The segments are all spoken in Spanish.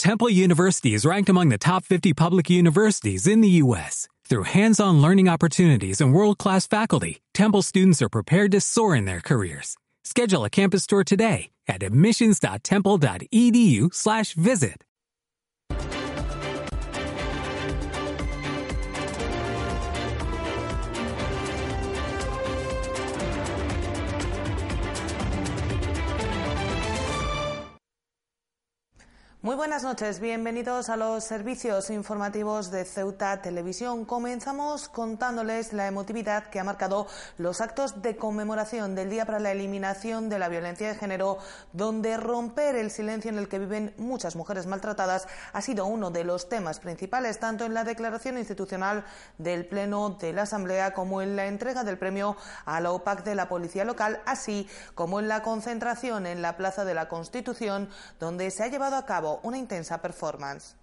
Temple University is ranked among the top 50 public universities in the U.S. Through hands-on learning opportunities and world-class faculty, Temple students are prepared to soar in their careers. Schedule a campus tour today at admissions.temple.edu/visit. Muy buenas noches, bienvenidos a los servicios informativos de Ceuta Televisión. Comenzamos contándoles la emotividad que ha marcado los actos de conmemoración del Día para la Eliminación de la Violencia de Género, donde romper el silencio en el que viven muchas mujeres maltratadas ha sido uno de los temas principales, tanto en la declaración institucional del Pleno de la Asamblea como en la entrega del premio a la OPAC de la Policía Local, así como en la concentración en la Plaza de la Constitución, donde se ha llevado a cabo una intensa performance.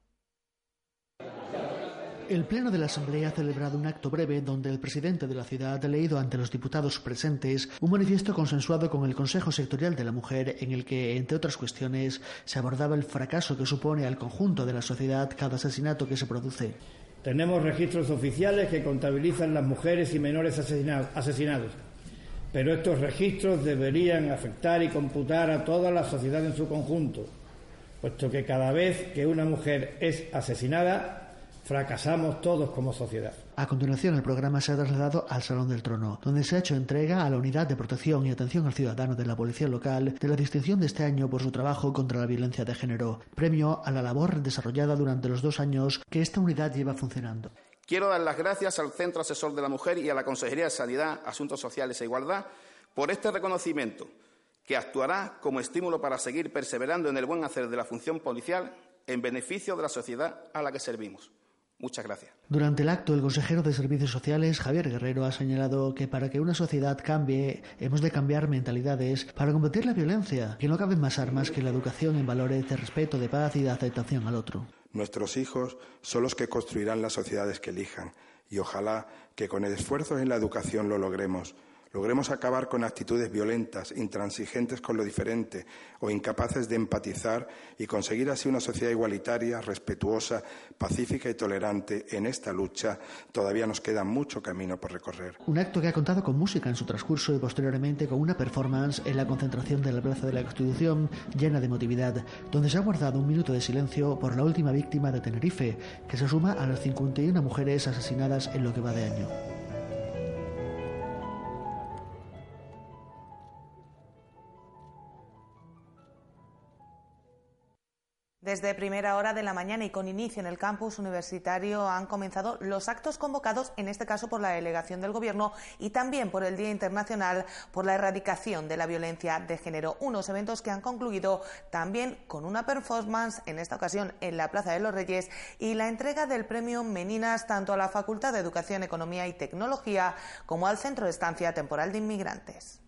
El Pleno de la Asamblea ha celebrado un acto breve donde el presidente de la ciudad ha leído ante los diputados presentes un manifiesto consensuado con el Consejo Sectorial de la Mujer, en el que, entre otras cuestiones, se abordaba el fracaso que supone al conjunto de la sociedad cada asesinato que se produce. Tenemos registros oficiales que contabilizan las mujeres y menores asesinados, pero estos registros deberían afectar y computar a toda la sociedad en su conjunto, puesto que cada vez que una mujer es asesinada, fracasamos todos como sociedad. A continuación, el programa se ha trasladado al Salón del Trono, donde se ha hecho entrega a la Unidad de Protección y Atención al Ciudadano de la Policía Local de la distinción de este año por su trabajo contra la violencia de género, premio a la labor desarrollada durante los 2 años que esta unidad lleva funcionando. Quiero dar las gracias al Centro Asesor de la Mujer y a la Consejería de Sanidad, Asuntos Sociales e Igualdad por este reconocimiento, que actuará como estímulo para seguir perseverando en el buen hacer de la función policial en beneficio de la sociedad a la que servimos. Muchas gracias. Durante el acto, el consejero de Servicios Sociales, Javier Guerrero, ha señalado que para que una sociedad cambie, hemos de cambiar mentalidades para combatir la violencia, que no caben más armas que la educación en valores de respeto, de paz y de aceptación al otro. Nuestros hijos son los que construirán las sociedades que elijan, y ojalá que con el esfuerzo en la educación lo logremos. Logremos acabar con actitudes violentas, intransigentes con lo diferente o incapaces de empatizar y conseguir así una sociedad igualitaria, respetuosa, pacífica y tolerante. En esta lucha todavía nos queda mucho camino por recorrer. Un acto que ha contado con música en su transcurso y posteriormente con una performance en la concentración de la Plaza de la Constitución llena de emotividad, donde se ha guardado un minuto de silencio por la última víctima de Tenerife, que se suma a las 51 mujeres asesinadas en lo que va de año. Desde primera hora de la mañana y con inicio en el campus universitario han comenzado los actos convocados, en este caso por la delegación del Gobierno y también por el Día Internacional por la Erradicación de la Violencia de Género. Unos eventos que han concluido también con una performance, en esta ocasión en la Plaza de los Reyes, y la entrega del premio Meninas tanto a la Facultad de Educación, Economía y Tecnología como al Centro de Estancia Temporal de Inmigrantes.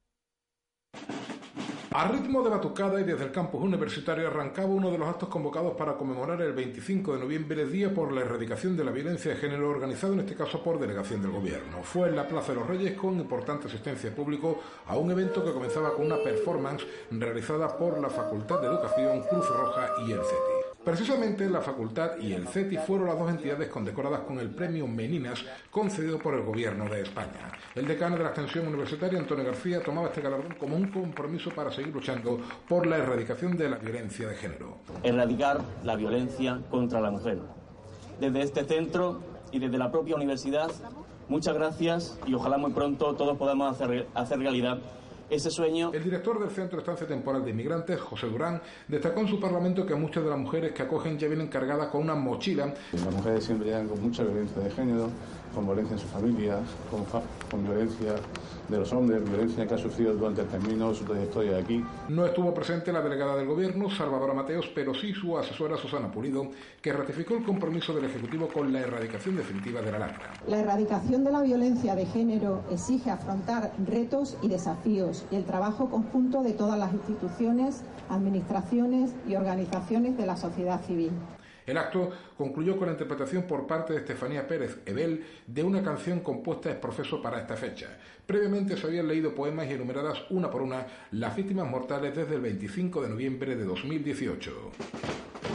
A ritmo de batucada y desde el campus universitario arrancaba uno de los actos convocados para conmemorar el 25 de noviembre, Día por la Erradicación de la Violencia de Género, organizado en este caso por delegación del Gobierno. Fue en la Plaza de los Reyes con importante asistencia de público a un evento que comenzaba con una performance realizada por la Facultad de Educación, Cruz Roja y el CETI. Precisamente la Facultad y el CETI fueron las dos entidades condecoradas con el premio Meninas concedido por el Gobierno de España. El decano de la Extensión Universitaria, Antonio García, tomaba este galardón como un compromiso para seguir luchando por la erradicación de la violencia de género. Erradicar la violencia contra la mujer. Desde este centro y desde la propia universidad, muchas gracias y ojalá muy pronto todos podamos hacer realidad ese sueño. El director del Centro de Estancia Temporal de Inmigrantes, José Durán, destacó en su parlamento que muchas de las mujeres que acogen ya vienen cargadas con una mochila. Las mujeres siempre llegan con mucha violencia de género, con violencia en sus familias, con violencia de los hombres, violencia que ha sufrido durante el término de su trayectoria aquí. No estuvo presente la delegada del Gobierno, Salvadora Mateos, pero sí su asesora Susana Pulido, que ratificó el compromiso del Ejecutivo con la erradicación definitiva de la lacra. La erradicación de la violencia de género exige afrontar retos y desafíos y el trabajo conjunto de todas las instituciones, administraciones y organizaciones de la sociedad civil. El acto concluyó con la interpretación por parte de Estefanía Pérez Ebel de una canción compuesta ex profeso para esta fecha. Previamente se habían leído poemas y enumeradas una por una las víctimas mortales desde el 25 de noviembre de 2018.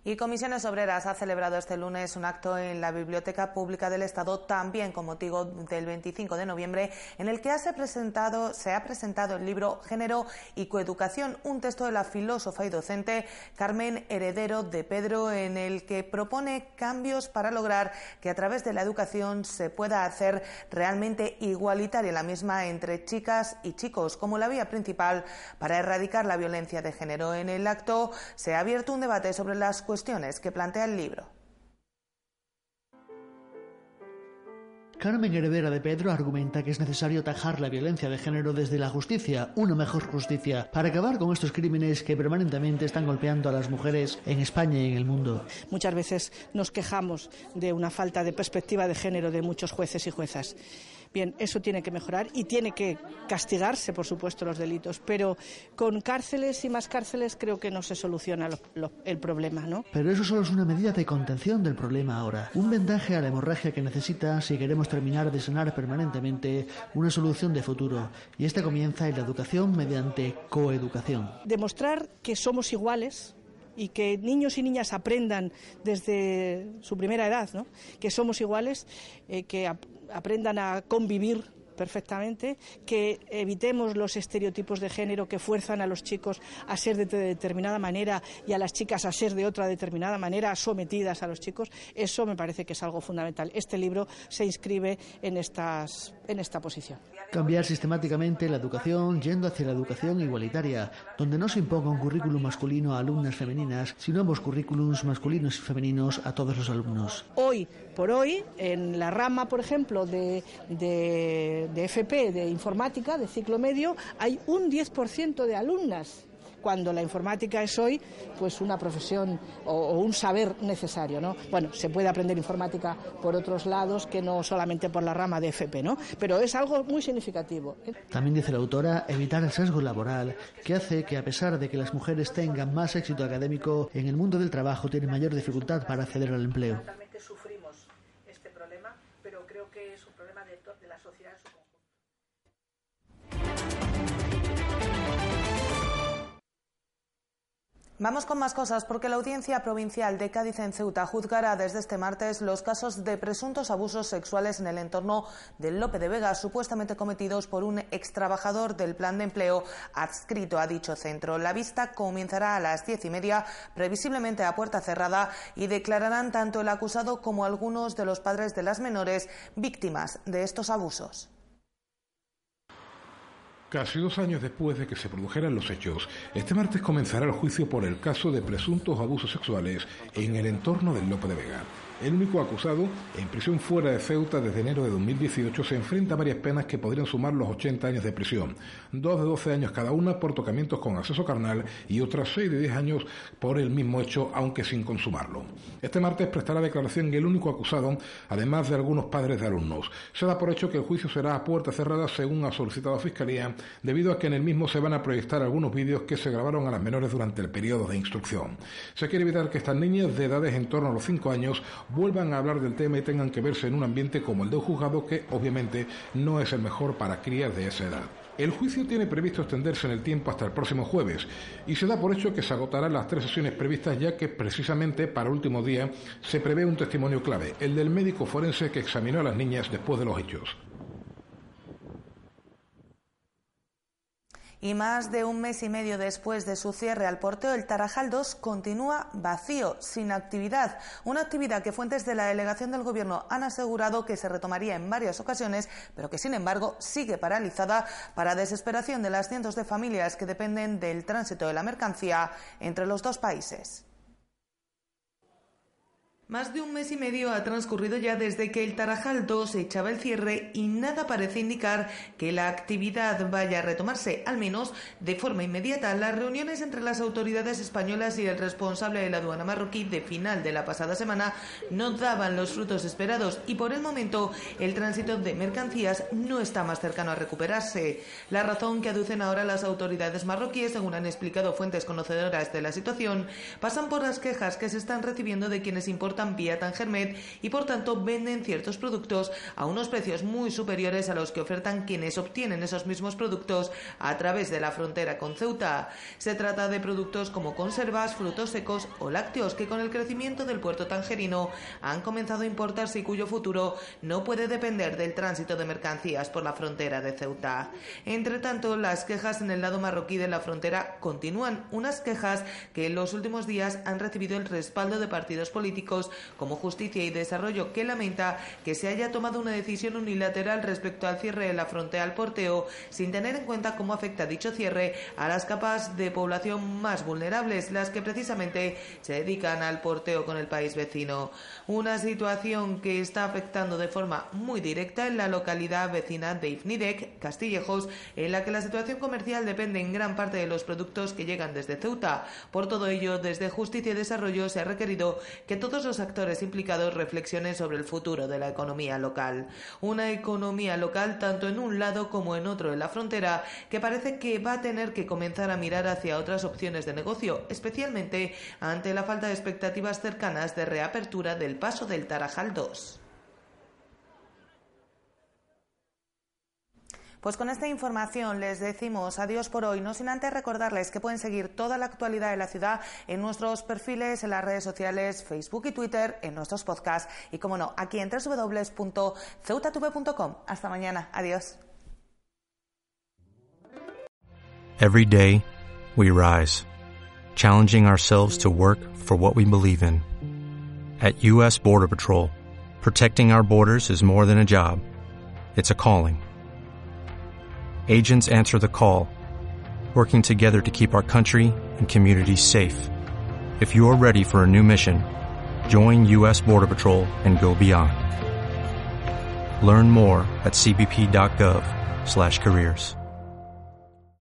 Y Comisiones Obreras ha celebrado este lunes un acto en la Biblioteca Pública del Estado, también con motivo del 25 de noviembre, en el que se ha presentado el libro Género y Coeducación, un texto de la filósofa y docente Carmen Heredero de Pedro, en el que propone cambios para lograr que a través de la educación se pueda hacer realmente igualitaria la misma entre chicas y chicos, como la vía principal para erradicar la violencia de género. En el acto se ha abierto un debate sobre las cuestiones que plantea el libro. Carmen Heredera de Pedro argumenta que es necesario atajar la violencia de género desde la justicia, una mejor justicia, para acabar con estos crímenes que permanentemente están golpeando a las mujeres en España y en el mundo. Muchas veces nos quejamos de una falta de perspectiva de género de muchos jueces y juezas. Bien, eso tiene que mejorar y tiene que castigarse, por supuesto, los delitos, pero con cárceles y más cárceles creo que no se soluciona el problema, ¿no? Pero eso solo es una medida de contención del problema ahora, un vendaje a la hemorragia que necesita si queremos terminar de sanar permanentemente una solución de futuro, y esta comienza en la educación mediante coeducación. Demostrar que somos iguales y que niños y niñas aprendan desde su primera edad, ¿no? Que somos iguales, que aprendan a convivir perfectamente, que evitemos los estereotipos de género que fuerzan a los chicos a ser de determinada manera y a las chicas a ser de otra determinada manera, sometidas a los chicos. Eso me parece que es algo fundamental. Este libro se inscribe en esta posición. Cambiar sistemáticamente la educación yendo hacia la educación igualitaria, donde no se imponga un currículum masculino a alumnas femeninas, sino ambos currículums masculinos y femeninos a todos los alumnos. Hoy por hoy, en la rama, por ejemplo, de FP, de informática, de ciclo medio, hay un 10% de alumnas, cuando la informática es hoy pues una profesión o un saber necesario, ¿no? Bueno, se puede aprender informática por otros lados que no solamente por la rama de FP, ¿no? Pero es algo muy significativo. También dice la autora evitar el sesgo laboral, que hace que a pesar de que las mujeres tengan más éxito académico, en el mundo del trabajo tienen mayor dificultad para acceder al empleo. Sufrimos este problema, pero creo que es un problema de la sociedad en su conjunto. Vamos con más cosas, porque la Audiencia Provincial de Cádiz en Ceuta juzgará desde este martes los casos de presuntos abusos sexuales en el entorno del Lope de Vega, supuestamente cometidos por un extrabajador del plan de empleo adscrito a dicho centro. La vista comenzará a las 10:30, previsiblemente a puerta cerrada, y declararán tanto el acusado como algunos de los padres de las menores víctimas de estos abusos. Casi 2 años después de que se produjeran los hechos, este martes comenzará el juicio por el caso de presuntos abusos sexuales en el entorno del Lope de Vega. El único acusado, en prisión fuera de Ceuta desde enero de 2018, se enfrenta a varias penas que podrían sumar los 80 años de prisión, 2 de 12 años cada una por tocamientos con acceso carnal y otras 6 de 10 años por el mismo hecho, aunque sin consumarlo. Este martes prestará declaración el único acusado, además de algunos padres de alumnos. Se da por hecho que el juicio será a puerta cerrada, según ha solicitado Fiscalía, debido a que en el mismo se van a proyectar algunos vídeos que se grabaron a las menores durante el periodo de instrucción. Se quiere evitar que estas niñas de edades en torno a los 5 años vuelvan a hablar del tema y tengan que verse en un ambiente como el de un juzgado, que obviamente no es el mejor para crías de esa edad. El juicio tiene previsto extenderse en el tiempo hasta el próximo jueves y se da por hecho que se agotarán las 3 sesiones previstas, ya que precisamente para el último día se prevé un testimonio clave, el del médico forense que examinó a las niñas después de los hechos. Y más de un mes y medio después de su cierre al porteo, el Tarajal 2 continúa vacío, sin actividad. Una actividad que fuentes de la delegación del Gobierno han asegurado que se retomaría en varias ocasiones, pero que sin embargo sigue paralizada, para desesperación de las cientos de familias que dependen del tránsito de la mercancía entre los dos países. Más de un mes y medio ha transcurrido ya desde que el Tarajal 2 echaba el cierre y nada parece indicar que la actividad vaya a retomarse, al menos de forma inmediata. Las reuniones entre las autoridades españolas y el responsable de la aduana marroquí de final de la pasada semana no daban los frutos esperados y por el momento el tránsito de mercancías no está más cercano a recuperarse. La razón que aducen ahora las autoridades marroquíes, según han explicado fuentes conocedoras de la situación, pasan por las quejas que se están recibiendo de quienes importan exportan vía Tangermet y por tanto venden ciertos productos a unos precios muy superiores a los que ofertan quienes obtienen esos mismos productos a través de la frontera con Ceuta. Se trata de productos como conservas, frutos secos o lácteos que con el crecimiento del puerto tangerino han comenzado a importarse y cuyo futuro no puede depender del tránsito de mercancías por la frontera de Ceuta. Entre tanto, las quejas en el lado marroquí de la frontera continúan, unas quejas que en los últimos días han recibido el respaldo de partidos políticos como Justicia y Desarrollo, que lamenta que se haya tomado una decisión unilateral respecto al cierre de la frontera al porteo, sin tener en cuenta cómo afecta dicho cierre a las capas de población más vulnerables, las que precisamente se dedican al porteo con el país vecino. Una situación que está afectando de forma muy directa en la localidad vecina de Ifnidec, Castillejos, en la que la situación comercial depende en gran parte de los productos que llegan desde Ceuta. Por todo ello, desde Justicia y Desarrollo se ha requerido que todos los actores implicados reflexionen sobre el futuro de la economía local. Una economía local tanto en un lado como en otro de la frontera que parece que va a tener que comenzar a mirar hacia otras opciones de negocio, especialmente ante la falta de expectativas cercanas de reapertura del paso del Tarajal 2. Pues con esta información les decimos adiós por hoy, no sin antes recordarles que pueden seguir toda la actualidad de la ciudad en nuestros perfiles en las redes sociales, Facebook y Twitter, en nuestros podcasts y, como no, aquí en www.ceutatv.com. Hasta mañana. Adiós. Every day, we rise, challenging ourselves to work for what we believe in. At U.S. Border Patrol, protecting our borders is more than a job. It's a calling. Agents answer the call, working together to keep our country and communities safe. If you are ready for a new mission, join U.S. Border Patrol and go beyond. Learn more at cbp.gov/careers.